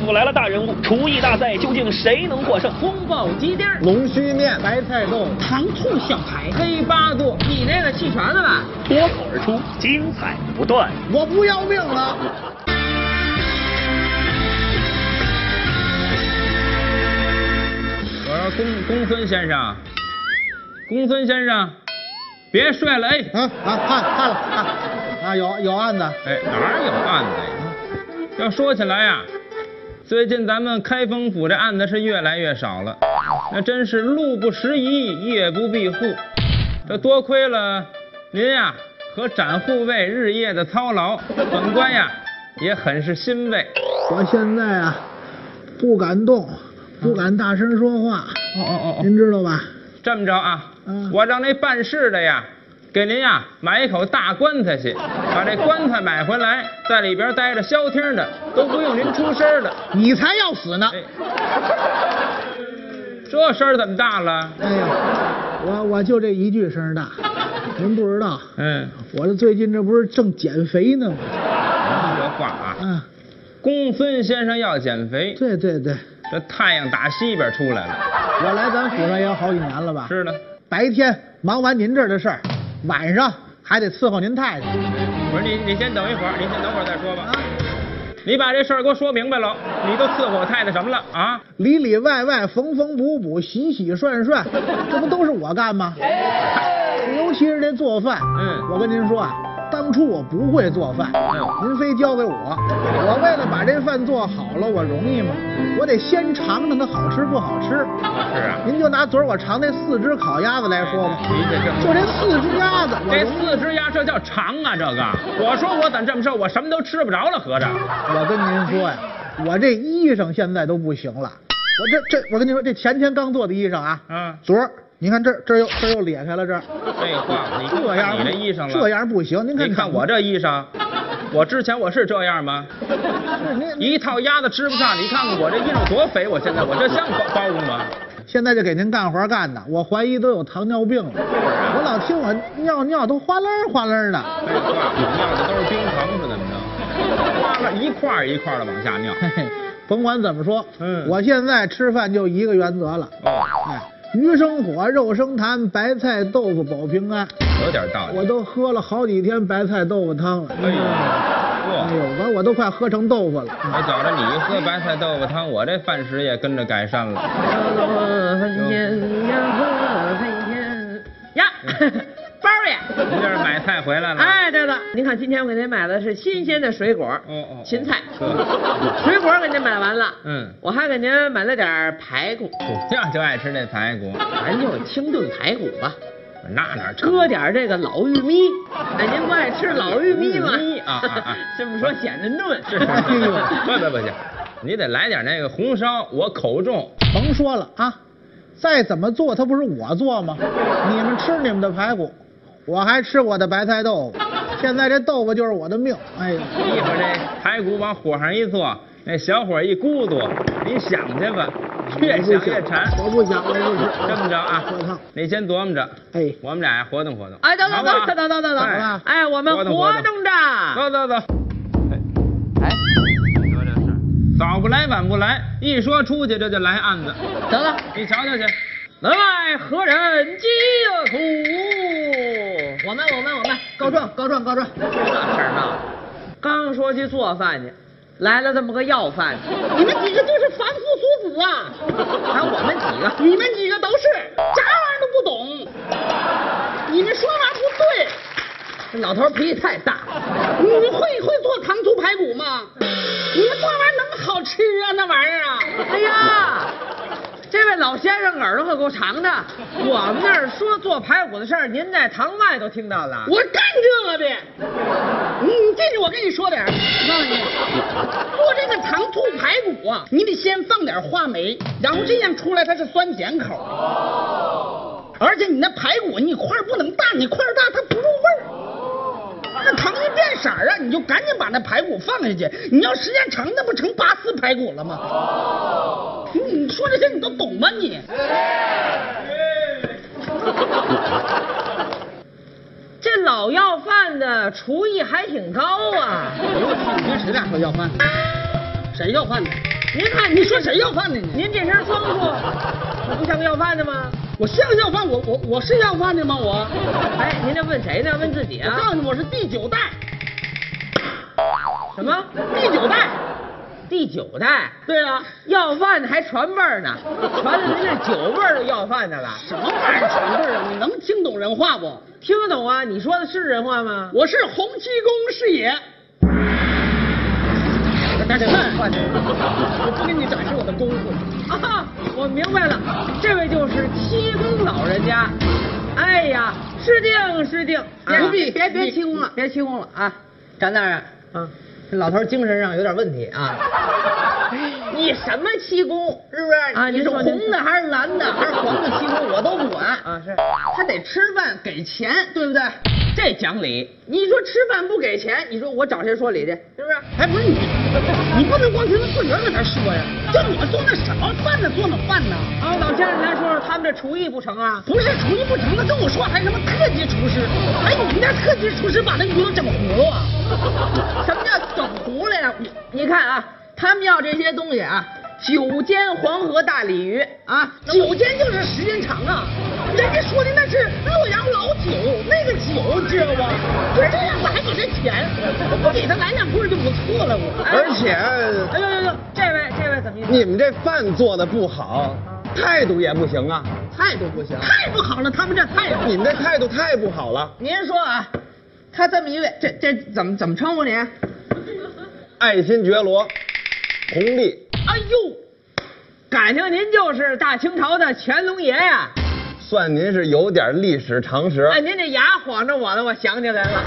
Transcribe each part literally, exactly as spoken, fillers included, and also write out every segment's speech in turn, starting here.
又来了大人物，厨艺大赛究竟谁能获胜？ 宫保鸡丁、 龙须面、白菜豆、 糖醋小排、黑八度，你这个弃权了吧？ 脱口而出，精彩不断。 我不要命了！ 我说公公孙先生，公孙先生，别睡了，哎！ 啊啊，看看了啊啊，有有案子。 哎，哪儿有案子呀？要说起来呀，最近咱们开封府这案子是越来越少了，那真是路不拾遗，夜不闭户。这多亏了您呀和展护卫日夜的操劳，本官呀也很是欣慰。 我现在啊不敢动，不敢大声说话。 哦哦哦， 您知道吧？ 这么着啊， 嗯， 我让那办事的呀，给您呀买一口大棺材去，把这棺材买回来，在里边待着消停的，都不用您出声的。 你才要死呢！ 哎，这声儿怎么大了？ 哎呀，我我就这一句声大，您不知道。 嗯， 我这最近这不是正减肥呢吗？ 这话啊， 嗯， 公孙先生要减肥。 对对对， 这太阳打西边出来了。 我来咱府上也有好几年了吧？ 是的。 白天忙完您这儿的事儿，晚上还得伺候您太太。 不是你，你先等一会儿，你先等会儿再说吧。啊，你把这事儿给我说明白了，你都伺候我太太什么了啊？ 里里外外缝缝补补洗洗涮涮，这不都是我干吗？尤其是这做饭， 嗯， 我跟您说啊，当初我不会做饭， 嗯， 您非交给我，我为了把这饭做好了，我容易吗？我得先尝尝它好吃不好吃。 是啊， 您就拿昨儿我尝那四只烤鸭子来说吧， 你得这么， 就这四只鸭子， 这四只鸭这叫尝啊，这个我说我怎么这么瘦，我什么都吃不着了，合着。 我跟您说呀，我这衣裳现在都不行了，我这这我跟您说，这前天刚做的衣裳啊， 嗯， 昨儿你看这这又这又裂开了，这废话，你这样你这衣裳了， 这样不行。您看你看我这衣裳，我之前我是这样吗？一套鸭子吃不上，你看看我这衣裳多肥，我现在我这像包包子吗？ 现在就给您干活干的，我怀疑都有糖尿病了。我老听我尿尿都哗楞哗楞的。 废话，你尿的都是冰糖是怎么着？哗啦一块一块的往下尿。 嘿嘿，甭管怎么说， 嗯， 我现在吃饭就一个原则了。 哦， 哎，鱼生火，肉生痰，白菜豆腐保平安。 有点道理。 我都喝了好几天白菜豆腐汤了。 哎呦， 哎呦，完我都快喝成豆腐了。 哎，觉着你一喝白菜豆腐汤，我这饭食也跟着改善了。 呀，包爷， 您这是买菜回来了？ 哎，对了，您看今天我给您买的是新鲜的水果， 哦哦， 芹菜， 呵， 水果给您买完了， 嗯， 我还给您买了点排骨， 这样就爱吃这排骨， 咱就清炖排骨吧。 那哪搁点这个老玉米，哎，您不爱吃老玉米吗？ 玉米啊啊啊！ 这么说显得嫩。 是是是，不不不行，你得来点那个红烧，我口重。 甭说了啊，再怎么做，它不是我做吗？你们吃你们的排骨，我还吃我的白菜豆腐。现在这豆腐就是我的命。哎呀， 一会儿这排骨往火上一做，那小火一咕嘟，你想去吧。越想越馋， 我不想，我不吃。 这么着啊， 喝汤。 你先琢磨着， 哎， 我们俩呀活动活动。 哎，走走走，走走走走， 哎， 哎，我们活动着。 走走走。哎，你说这事，早不来晚不来，一说出去这就来案子。 得了， 你瞧瞧去， 门外何人击鼓？我们我们我们告状告状告状。这事儿闹，刚说去做饭去。来了这么个要饭，你们几个就是凡夫俗子啊！还我们几个，你们几个都是啥玩意儿都不懂，你们说话不对。这老头脾气太大，你们会会做糖醋排骨吗？你们做玩意儿能好吃啊？那玩意儿啊！哎呀，这位老先生耳朵可够长的，我们那儿说做排骨的事儿，您在堂外都听到了。我干这个的。嗯，这是我跟你说点儿，我告诉你，做这个糖醋排骨啊，你得先放点话梅，然后这样出来它是酸碱口。哦。而且你那排骨你块不能大，你块大它不入味儿。那糖一变色啊，你就赶紧把那排骨放下去。你要时间长，那不成拔丝排骨了吗？哦。你说这些你都懂吗你？这老要饭的厨艺还挺高啊！ 你听谁俩说要饭？ 谁要饭的？ 您看， 你说谁要饭呢？你您这身装束，我不像个要饭的吗？ 我像要饭，我我我是要饭的吗？我， 哎，您这问谁呢？问自己啊！ 我告诉你，我是第九代。 什么？ 第九代？ 第九代？ 对啊， 要饭的还传辈儿呢，传的您这九辈儿都要饭的了。 什么玩意儿传辈儿啊？你能听懂人话不？ 听得懂啊？你说的是人话吗？ 我是洪七公是也。大姐们，我不给你展示我的功夫啊！我明白了，这位就是七公老人家。哎呀，失敬失敬， 不必别别七公了，别七公了啊！张大人，啊，这老头精神上有点问题啊。你什么七公是不是？啊，你是红的还是蓝的还是黄的七公，我都不管啊。是，他得吃饭给钱，对不对？这讲理。你说吃饭不给钱，你说我找谁说理去？是不是？ 哎，不是你，你不能光听他自个儿搁那说呀。就你们做那什么饭呢？做那饭呢？ 啊，老先生，咱说说他们这厨艺不成啊？ 不是厨艺不成，他跟我说还什么特级厨师？哎，你们家特级厨师把那鱼都整糊了啊？ 什么叫整糊了呀？你你看啊，他们要这些东西啊，九间黄河大鲤鱼啊， 九间就是时间长啊。人家说的那是洛阳老酒，那个酒知道不？就这样，我还给他钱，我不给他来两棍就不错了。我而且， 哎呦呦呦，这位这位怎么意思？ 你们这饭做的不好，态度也不行啊。 态度不行， 太不好了，他们这态度， 你们这态度太不好了。 您说啊，他这么一位，这这怎么怎么称呼您？ 爱新觉罗，弘历。 哎呦，感情您就是大清朝的乾隆爷呀。 算您是有点历史常识。 哎，您这牙晃着我了，我想起来了。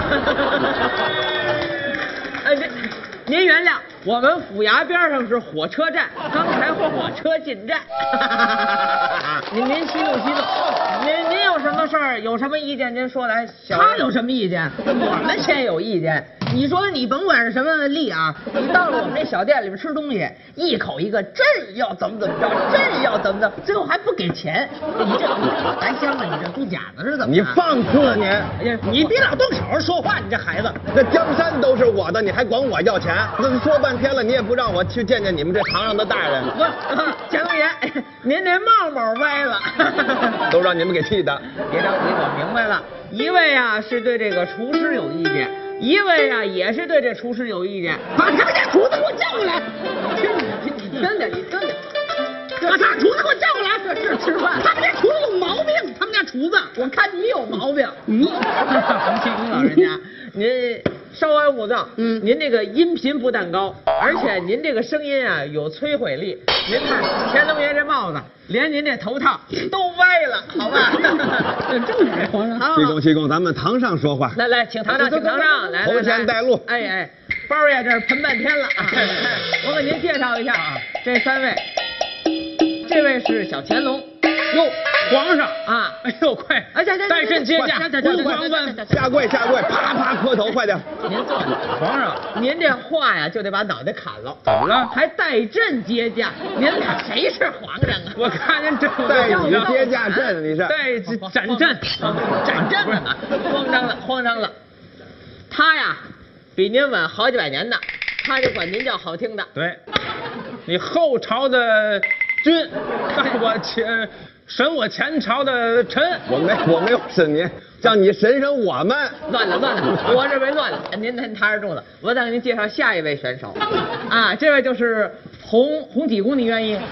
哎，您您原谅，我们府衙边上是火车站，刚才火车进站。您您息怒息怒，您您有什么事儿，有什么意见您说来。他有什么意见？我们先有意见。你说你甭管是什么力啊，你到了我们这小店里边吃东西，一口一个朕要怎么怎么着，朕要怎么怎么，最后还不给钱，你这咱香啊，你这猪假子是怎么？ 你放肆你！ 哎呀， 你别老动手说话，你这孩子。 那江山都是我的，你还管我要钱？那说半天了，你也不让我去见见你们这堂上的大人。 不，乾隆爷，您这帽帽歪了， 都让你们给气的。 别着急，我明白了，一位啊是对这个厨师有意见。一位啊，也是对这厨师有意见， 把他们家厨子给我叫过来。 你听，你听着，你听着， 把他厨子给我叫过来。 这是吃饭。 他们家厨子有毛病，他们家厨子， 我看你有毛病。 嗯， 洪七公老人家，您稍安勿躁。 嗯， 您这个音频不但高，而且您这个声音啊有摧毁力。您看乾隆爷这帽子，连您这头套都歪了，好吧？ 这么矮，皇上。 七公七公，咱们堂上说话。 来来，请堂上，请堂上，来来头前带路。 哎哎，包爷这儿喷半天了啊！我给您介绍一下啊，这三位，这位是小乾隆。 哟，皇上啊！ 哎呦，快！ 哎，这这带朕接驾，吾皇万下跪下跪，啪啪磕头，快点！ 您坐下， 皇上， 您这话呀就得把脑袋砍了。 怎么了？ 还带朕接驾？您看谁是皇上啊？ 我看见朕带你接驾朕，你是带斩朕， 斩朕啊！慌张了，慌张了。他呀，比您晚好几百年呢，他就管您叫好听的。 对，你后朝的君，我前。审我前朝的臣， 我没我没有审您，叫你审审我们。 乱了乱了，我认为乱了。您您踏实住了，我再给您介绍下一位选手，啊，这位就是洪洪几公，你愿意？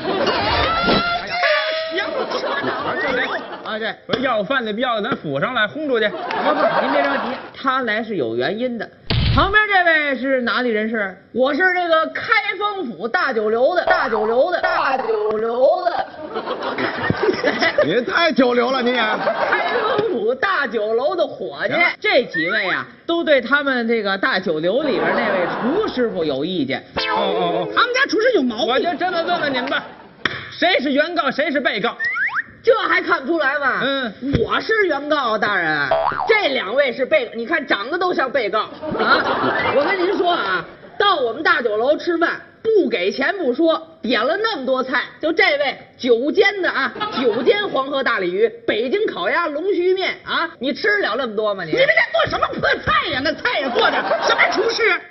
行，吃完了。 就这啊，对， 不是要饭的，必要咱府上来轰出去。 不不，您别着急，他来是有原因的。旁边这位是哪里人士？我是这个开封府大酒楼的大酒楼的大酒楼的。 您太酒流了，你也。 开封府大酒楼的伙计，这几位啊，都对他们这个大酒楼里边那位厨师傅有意见。 哦哦哦， 他们家厨师有毛病。 我就这么问问你们吧，谁是原告，谁是被告？ 这还看不出来吗？ 嗯， 我是原告，大人，这两位是被告，你看长得都像被告啊！我跟您说啊，到我们大酒楼吃饭，不给钱不说，点了那么多菜，就这位九间的啊，九间黄河大鲤鱼，北京烤鸭，龙须面啊，你吃了那么多吗？你你们这做什么破菜呀？那菜也做的什么厨师？ 而且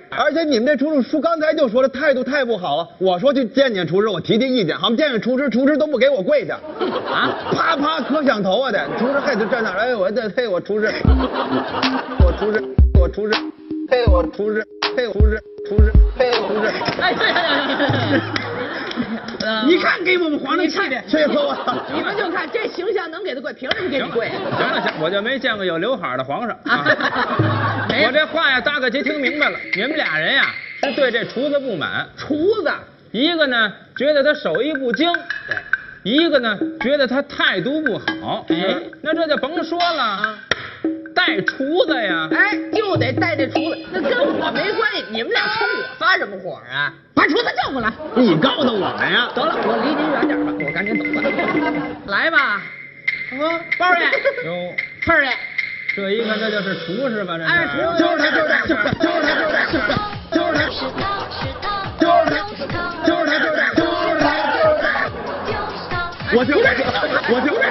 你们这厨师叔刚才就说了态度太不好了，我说去见见厨师，我提提意见，好吗？见见厨师，厨师都不给我跪下，啊，啪啪磕响头啊得，厨师还得站那儿，哎我这嘿我厨师，我厨师我厨师，嘿我厨师，嘿我厨师，厨师嘿我厨师， 哎对对对，你看给我们皇上气的， 这个我， 你们就看这形象能给他跪，凭什么给你跪？ 行了行，我就没见过有刘海的皇上啊。我这话呀，大概就听明白了。你们俩人呀，是对这厨子不满。 厨子， 一个呢觉得他手艺不精，一个呢觉得他态度不好。哎，那这就甭说了，带厨子呀。 哎，就得带这厨子，那跟我没关系。你们俩冲我发什么火啊？把厨子叫过来。 你告诉我们呀？ 得了，我离您远点吧，我赶紧走吧。来吧，啊，包爷， 哟， 翠儿爷。 这一看，这就是厨师吧？这是， 哎， 就是他，就是他，就是他，就是他，就是他，就是他，就是他，就是他，就是他，就是他，就是他，我就我就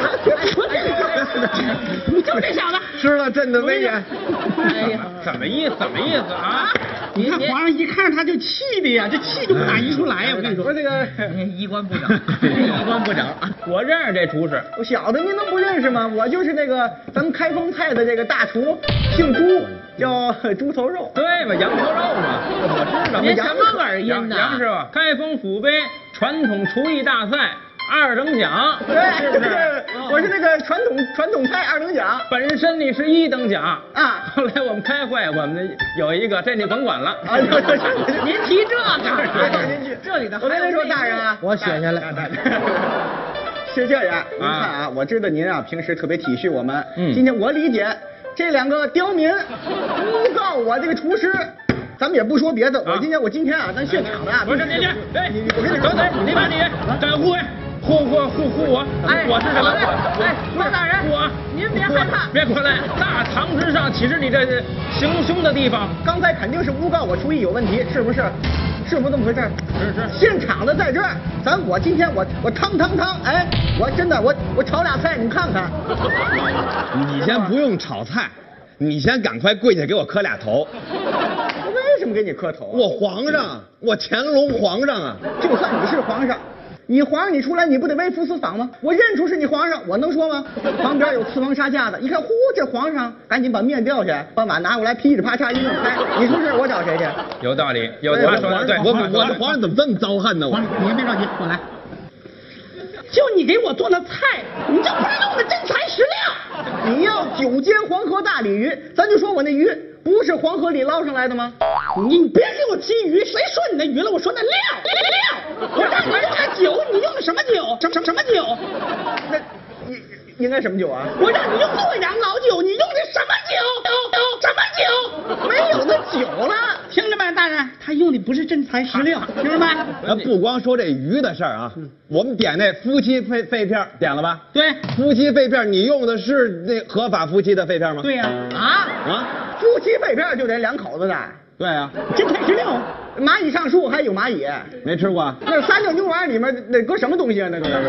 你就这小子， 吃了朕的威严。 哎呀， 怎么意思？怎么意思啊？ 你看皇上一看他就气的呀，这气就不打一处来呀！我跟你说， 我这个衣冠不整，衣冠不整。 我认识这厨师， 我小的您能不认识吗？我就是那个咱们开封派的这个大厨，姓朱，叫猪头肉。 对嘛，羊头肉嘛，我知道。 您什么耳音呢？ 杨师傅，开封府杯传统厨艺大赛二等奖， 对， 是不是？ 我是那个传统传统菜二等奖。 本身你是一等奖啊。 后来我们开会，我们有一个，这你甭管了。 啊， 您提这干嘛？ 您去这里的。 我跟您说，大人啊， 我写下来。 是这样，您看啊，我知道您啊平时特别体恤我们。 嗯。 今天我理解这两个刁民诬告我这个厨师。咱们也不说别的，我今天我今天啊，咱现场的啊， 不是你你哎， 我跟你说， 等等，你把你敢护卫护护护护我， 哎， 我是什么？ 哎，包大人， 我， 您别害怕， 别过来，大堂之上岂是你这行凶的地方？ 刚才肯定是诬告我厨艺有问题，是不是？是不是这么回事？ 是是。 现场的在这儿，咱我今天我我汤汤汤，哎，我真的我我炒俩菜，你看看。 你先不用炒菜，你先赶快跪下给我磕俩头。 为什么给你磕头啊？ 我皇上，我乾隆皇上啊！ 就算你是皇上，你皇上你出来你不得微服私访吗？我认出是你皇上，我能说吗？旁边有刺王杀架的，一看，呼，这皇上，赶紧把面吊起来，把碗拿过来，噼里啪嚓一弄开，你出事我找谁去？ 有道理，有他说的对。 我我这皇上怎么这么遭恨呢？我， 你先别着急，我来。就你给我做的菜，你就不是用的真材实料。 你要九间黄河大鲤鱼，咱就说我那鱼不是黄河里捞上来的吗？ 你你别给我提鱼，谁说你那鱼了？我说那料料。我让你用的酒，你用的什么酒？什什什么酒？ 那应应该什么酒啊？ 我让你用洛阳老酒，你用的什么酒？什么酒？ 没有那酒了。 听着没，大人，他用的不是真材实料，听着没？ 咱不光说这鱼的事儿啊，我们点那夫妻肺肺片点了吧？ 对， 夫妻肺片，你用的是那合法夫妻的肺片吗？ 对呀。啊啊，夫妻肺片就得两口子的。 对啊， 真材实料。 蚂蚁上树还有蚂蚁， 没吃过。 那三六牛丸里面那搁什么东西啊？那都是。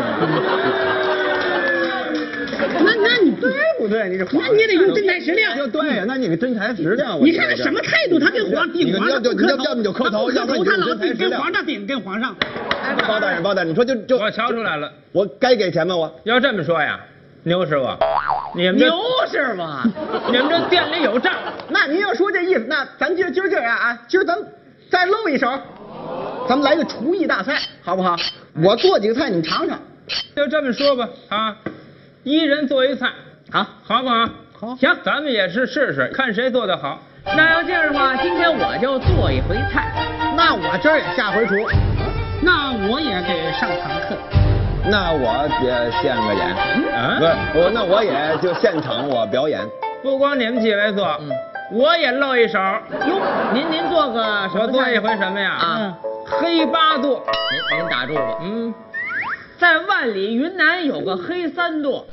那那你对不对？你这那你也得用真材实料。 就对呀，那你个真材实料。 你看他什么态度？他跟皇顶皇上磕头，要么就磕头，要么他老顶跟皇上顶跟皇上。 包大人，包大人，你说就就我瞧出来了， 我该给钱吗？我要这么说呀，牛师傅，你们这牛师傅， 你们这店里有账。 那您要说这意思，那咱今儿今儿这样啊，今儿咱再露一手，咱们来个厨艺大赛，好不好？我做几个菜，你尝尝。 就这么说吧，啊，一人做一菜， 好， 好不好？ 好， 行，咱们也是试试，看谁做的好。 那要这样的话，今天我就做一回菜。 那我这儿也下回厨。 那我也得上堂课。 那我也现个眼， 啊， 不是我，那我也就现场我表演。 不光你们几位做，嗯，我也露一手。 哟，您您做个什么？ 我做一回什么呀？ 啊， 黑八剁。 您您打住吧。 嗯， 在万里云南有个黑三剁，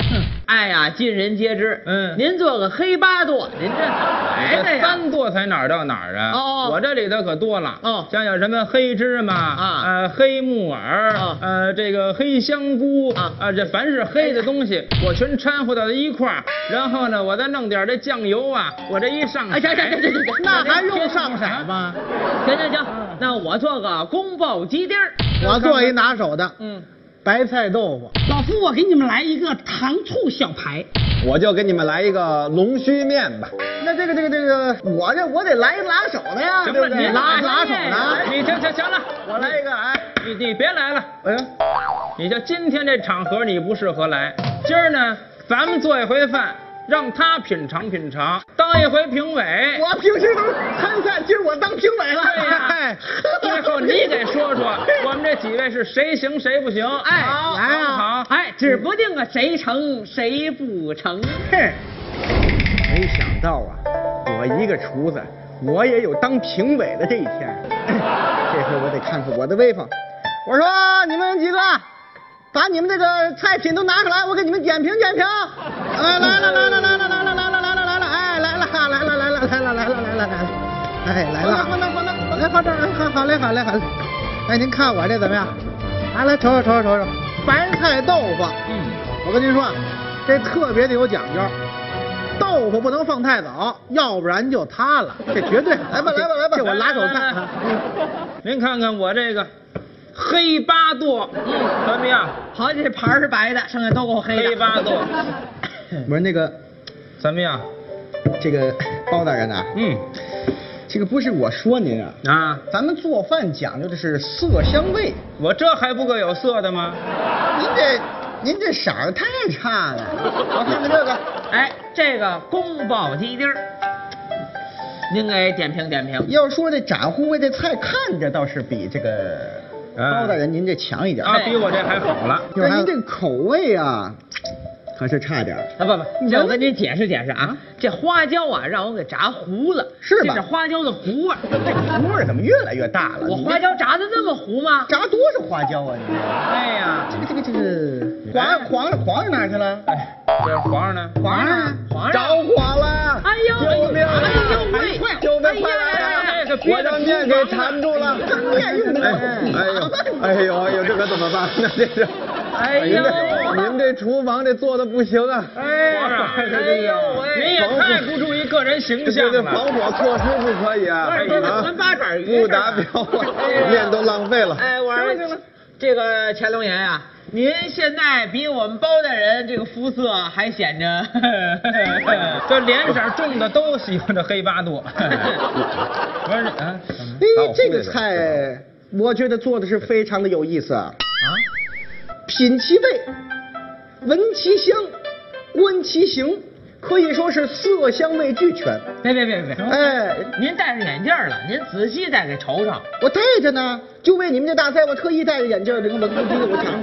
哎呀，尽人皆知。 嗯， 您做个黑八剁，您这来的呀？ 三剁才哪儿到哪儿啊？ 哦， 我这里头可多了。 哦， 像有什么黑芝麻啊， 呃，黑木耳， 啊， 呃，这个黑香菇啊， 啊，这凡是黑的东西，我全掺和到一块儿，然后呢，我再弄点这酱油啊，我这一上， 哎，行行行行行， 那还用上色吗？ 行行行，那我做个宫保鸡丁儿， 我做一拿手的， 嗯， 白菜豆腐。 老夫，我给你们来一个糖醋小排。 我就给你们来一个龙须面吧。 那这个这个这个，我这我得来一拿手的呀， 行了， 对不对？ 你拿拿手的， 你行行行了， 我来一个，哎， 你你别来了， 哎， 你就今天这场合你不适合来，今儿呢，咱们做一回饭。让他品尝品尝，当一回评委。 我平时都是参赛，今儿我当评委了。 对呀，最后你给说说，我们这几位是谁行谁不行？ 哎， 好， 来啊， 好， 哎，指不定啊，谁成谁不成。 哼，没想到啊，我一个厨子，我也有当评委的这一天。这回我得看看我的威风。我说你们几个。把你们这个菜品都拿出来，我给你们点评点评。哎，来了来了来了来了来了来了来了，哎，来了来了来了来了来了来了来了来了，哎，来了。放那放那放那，哎，放这儿，好好嘞好嘞好嘞。哎，您看我这怎么样？来来，瞅瞅瞅瞅瞅瞅，白菜豆腐。嗯，我跟您说，这特别的有讲究，豆腐不能放太早，要不然就塌了。这绝对。来吧来吧来吧，这我拿手菜。 您看看我这个。黑八剁，嗯，怎么样？ 好，这盘是白的，剩下都够黑的。 黑八剁， 不是那个， 怎么样？ 这个包大人呐， 嗯， 这个不是我说您啊， 啊， 咱们做饭讲究的是色香味， 我这还不够有色的吗？ 您这您这色儿太差了。我看看这个， 哎，这个宫保鸡丁儿。您给点评点评。 要说这展护卫这菜看着倒是比这个包大人您这强一点啊，比我这还好了。 但您这个口味啊，还是差点。 啊不不，这我跟您解释解释啊，这花椒啊让我给炸糊了， 是吧？ 这是花椒的糊味， 这糊味怎么越来越大了？ 我花椒炸的那么糊吗？ 炸多少花椒啊你？ 哎呀， 这个这个这个皇皇上皇上哪去了？ 哎，这皇上呢？ 皇上皇上着火了！ 哎呦， 救命！ 哎呦喂， 救命！快来呀！我让面给缠住了，面用的。哎呦，哎呦哎呦，这可怎么办？那这是， 哎呦， 您这厨房这做的不行啊！ 哎，皇上，哎呦喂，您也太不注意个人形象了。 这防火措施不可以啊！ 咱八爪鱼不达标啊，面都浪费了。 哎，我说这个乾隆爷呀。您现在比我们包大人这个肤色还显着， 这脸色重的都喜欢这黑八剁。不是啊？ 哎，这个菜我觉得做的是非常的有意思啊！啊，品其味，闻其香，观其形，可以说是色香味俱全。 别别别别！ 哎， 您戴着眼镜了，您仔细再给瞅瞅。 我戴着呢，就为你们这大赛，我特意戴着眼镜。你看我我我我尝。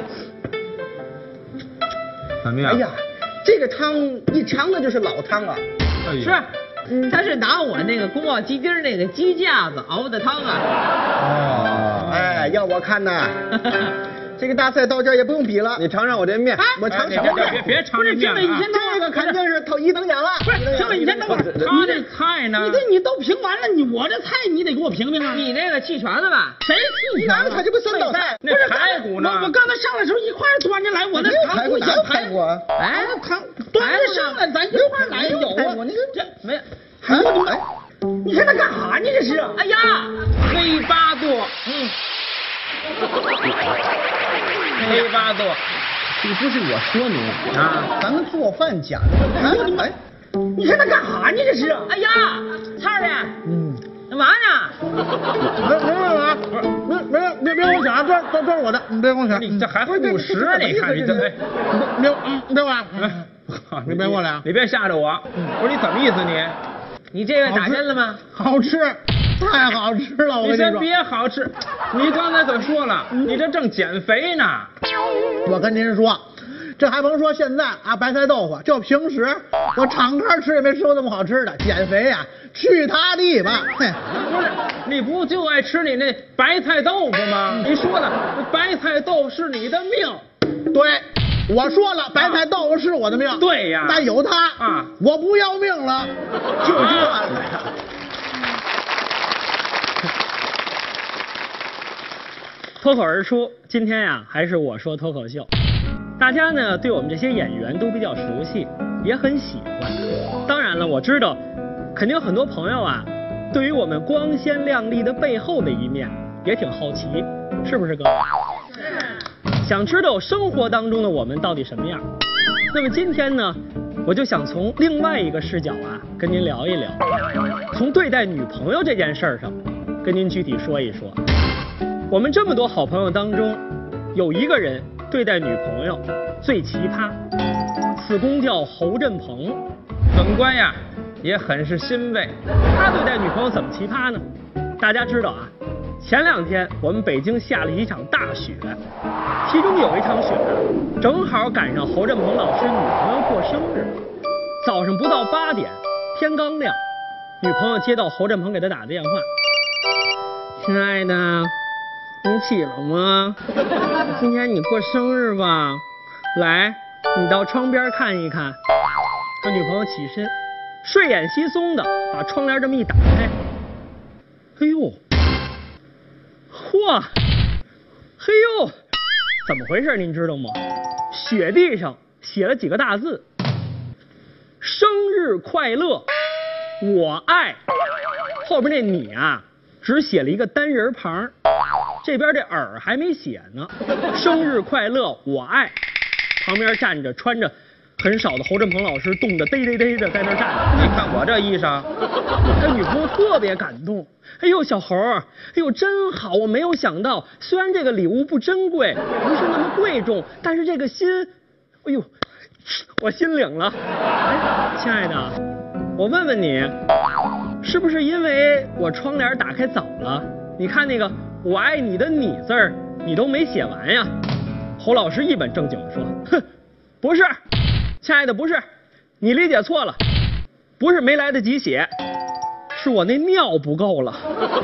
怎么样？ 哎呀，这个汤一尝那就是老汤啊！ 是，嗯，他是拿我那个宫保鸡丁那个鸡架子熬的汤啊。 哦，哎，要我看呐，这个大赛到这儿也不用比了。你尝尝我这面，我尝什么面？ 别别尝这面啊！ 这个肯定是头一等奖了。 不是，行了，你先等会儿。 他这菜呢？ 你这你都评完了，你我这菜你得给我评评啊！ 你这个弃权了吧？ 谁弃权了？ 他这不三道菜？ 那排骨呢？ 我我刚才上来时候一块端着来，我那排骨哪排骨啊？ 哎，汤端着上来，咱一块来有啊！ 我那个这没有。 哎， 你看他干啥呢？这是？ 哎呀， 黑八剁，嗯。黑八剁， 这不是我说您啊， 咱们做饭讲究的。哎， 你看他干啥呢？这是？ 哎呀，苍儿的， 嗯， 干嘛呢？ 没没没啊，不是，没没别别跟我抢，这这这是我的，你别跟我抢。 你这还不实？你看你这，哎， 别嗯别管，你别过来， 你别吓着我。我说你怎么意思你？ 你这个打针了吗？ 好吃，太好吃了！我跟你先说， 别好吃，你刚才可说了，你这正减肥呢。 我跟您说，这还甭说现在啊，白菜豆腐，就平时我敞开吃也没吃过这么好吃的。减肥呀、啊，去他地吧！嘿， 不是，你不就爱吃你那白菜豆腐吗？你说了，白菜豆腐是你的命。 对， 我说了，白菜豆腐是我的命。 对呀， 但有他啊， 我不要命了，就这个呀。 脱口而出，今天呀、啊、还是我说脱口秀。大家呢对我们这些演员都比较熟悉，也很喜欢。当然了，我知道，肯定很多朋友啊，对于我们光鲜亮丽的背后的一面也挺好奇，是不是各位？是。想知道生活当中的我们到底什么样？那么今天呢，我就想从另外一个视角啊，跟您聊一聊，从对待女朋友这件事儿上，跟您具体说一说。我们这么多好朋友当中，有一个人对待女朋友最奇葩，此公叫侯振鹏。 本官呀也很是欣慰。 他对待女朋友怎么奇葩呢？大家知道啊，前两天我们北京下了一场大雪，其中有一场雪啊，正好赶上侯振鹏老师女朋友过生日。早上不到八点，天刚亮，女朋友接到侯振鹏给她打的电话：“亲爱的。你起了吗？今天你过生日吧？来，你到窗边看一看。”他女朋友起身，睡眼惺忪的把窗帘这么一打开，哎呦，嚯，嘿呦，怎么回事您知道吗？雪地上写了几个大字：生日快乐，我爱。后边那你啊，只写了一个单人旁。这边这耳还没写呢，生日快乐，我爱。旁边站着穿着很少的侯振鹏老师，冻得嘚嘚嘚的在那站着。 你看我这衣裳， 他女朋友特别感动。哎呦，小侯，哎呦真好，我没有想到，虽然这个礼物不珍贵，不是那么贵重，但是这个心，哎呦，我心领了。哎，亲爱的，我问问你，是不是因为我窗帘打开早了？你看那个我爱你的你字儿，你都没写完呀。侯老师一本正经地说：“哼，不是，亲爱的，不是，你理解错了，不是没来得及写，是我那尿不够了。”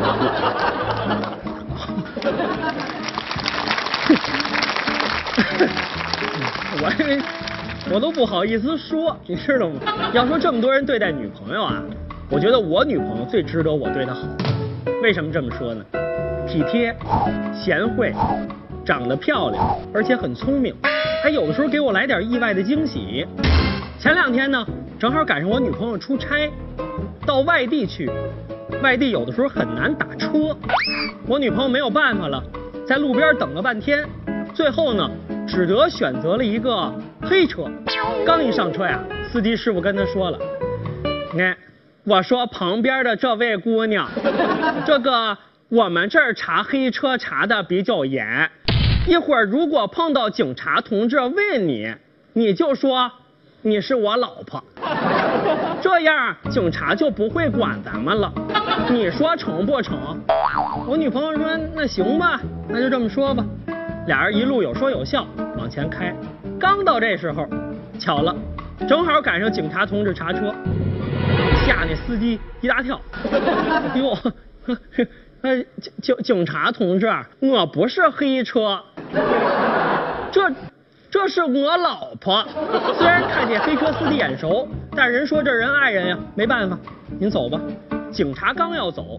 我我都不好意思说，你知道吗？要说这么多人对待女朋友啊，我觉得我女朋友最值得我对她好。为什么这么说呢？体贴、贤惠、长得漂亮，而且很聪明，还有的时候给我来点意外的惊喜。前两天呢，正好赶上我女朋友出差，到外地去，外地有的时候很难打车，我女朋友没有办法了，在路边等了半天，最后呢，只得选择了一个黑车。刚一上车呀，司机师傅跟她说了：“哎，我说旁边的这位姑娘，这个我们这儿查黑车查的比较严，一会儿如果碰到警察同志问你，你就说你是我老婆，这样警察就不会管咱们了，你说成不成？”我女朋友说：“那行吧，那就这么说吧。”俩人一路有说有笑往前开，刚到这时候，巧了，正好赶上警察同志查车，吓那司机一大跳。哟，呃，警警察同志，我不是黑车，这这是我老婆。虽然看见黑车司机眼熟，但人说这人爱人呀，没办法，您走吧。警察刚要走，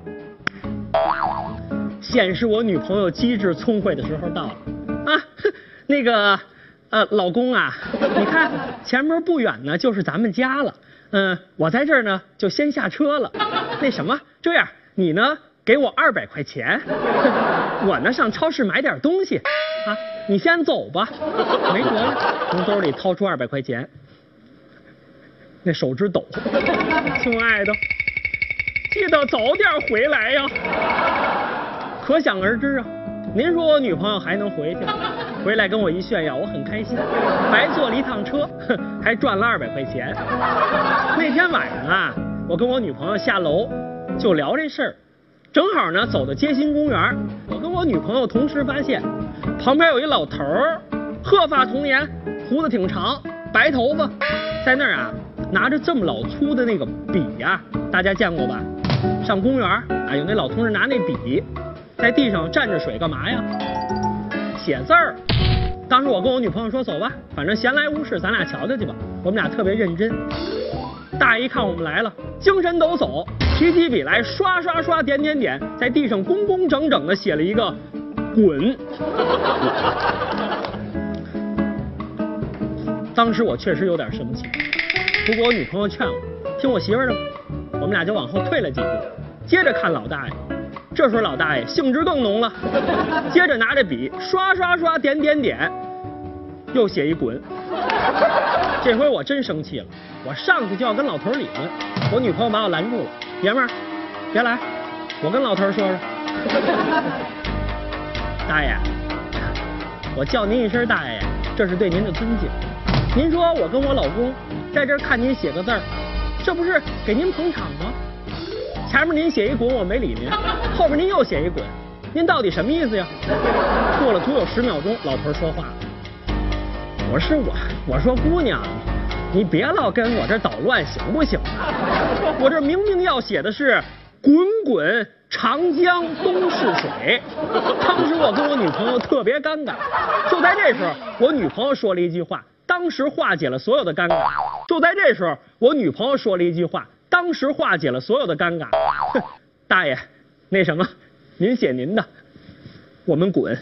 显示我女朋友机智聪慧的时候到了啊，那个呃老公啊，你看前面不远呢就是咱们家了，嗯、呃，我在这儿呢就先下车了。那什么，这样你呢给我二百块钱，我呢上超市买点东西啊，你先走吧。没辙呀，从兜里掏出二百块钱，那手直抖。亲爱的，记得早点回来呀。可想而知啊，您说我女朋友还能回去，回来跟我一炫耀，我很开心，白坐了一趟车，还赚了二百块钱。那天晚上啊，我跟我女朋友下楼就聊这事儿，正好呢走到街心公园，我跟我女朋友同时发现，旁边有一老头儿，鹤发童颜，胡子挺长，白头发，在那儿啊拿着这么老粗的那个笔呀、啊，大家见过吧？上公园啊，有那老同志拿那笔在地上蘸着水干嘛呀？写字儿。 当时我跟我女朋友说走吧，反正闲来无事，咱俩瞧瞧去吧。我们俩特别认真。大爷一看我们来了，精神抖擞，提起笔来刷刷刷点点点，在地上工工整整的写了一个滚。当时我确实有点生气，不过我女朋友劝我，听我媳妇儿的吧。我们俩就往后退了几步，接着看老大爷。这时候老大爷兴致更浓了，接着拿着笔刷刷刷点点点，又写一滚。这回我真生气了，我上去就要跟老头理论，我女朋友把我拦住了。爷们儿，别来，我跟老头说说。大爷，我叫您一声大爷，这是对您的尊敬。您说我跟我老公在这儿看您写个字儿，这不是给您捧场吗？前面您写一滚我没理您，后边您又写一滚，您到底什么意思呀？过了足有十秒钟，老头说话了，我是我，我说姑娘，你别老跟我这捣乱行不行啊？我这明明要写的是滚滚长江东逝水。当时我跟我女朋友特别尴尬，就在这时候，我女朋友说了一句话，当时化解了所有的尴尬。就在这时候，我女朋友说了一句话，当时化解了所有的尴尬。哼，大爷，那什么，您写您的，我们滚。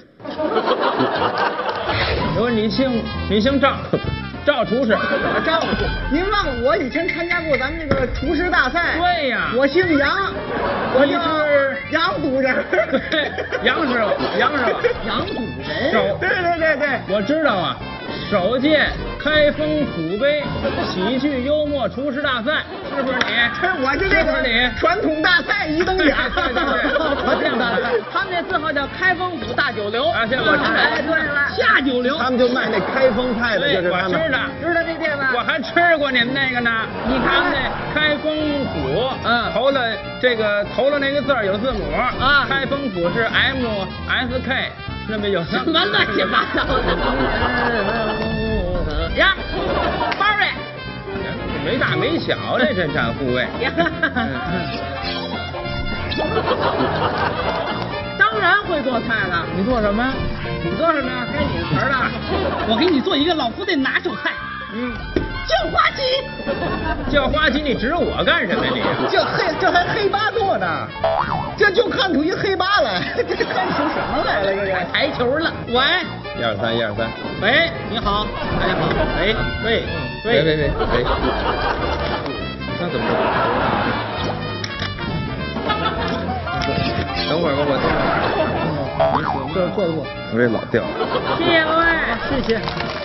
我说你姓你姓赵，赵厨师。 赵师，您忘了我以前参加过咱们这个厨师大赛？ 对呀， 我姓杨，我是杨主任。 对，杨师傅，杨师傅， 杨主任。 首， 对对对对， 我知道啊。首届开封府杯喜剧幽默厨师大赛，是不是你？ 我是这个你传统大赛一等奖。 对对对， 传统大赛，他们那字号叫开封府大九流。 啊，现在我知道。 哎，对了，下九流。 他们就卖那开封菜的，就是他们。 我知道， 知道这店吗？ 我还吃过你们那个呢。你看那开封府，嗯，头了这个头了那个字儿有字母啊，开封府是 M S K。那么有什么乱七八糟的？呀，包儿没大没小，这真占护卫。 当然会做菜了。 你做什么？ 你做什么呀？该你的词儿了。我给你做一个老夫的拿手菜。嗯。叫花鸡， 叫花鸡，你指我干什么呀你？ 这黑这还黑八做的，这就看出一黑八来，这看出什么来了？这是台球了。喂， 一二三，一二三。 喂，你好，大家好。喂喂喂喂喂喂，那怎么着？等会儿吧，我等会儿。 坐坐坐。 我这老调。 谢谢各位，谢谢。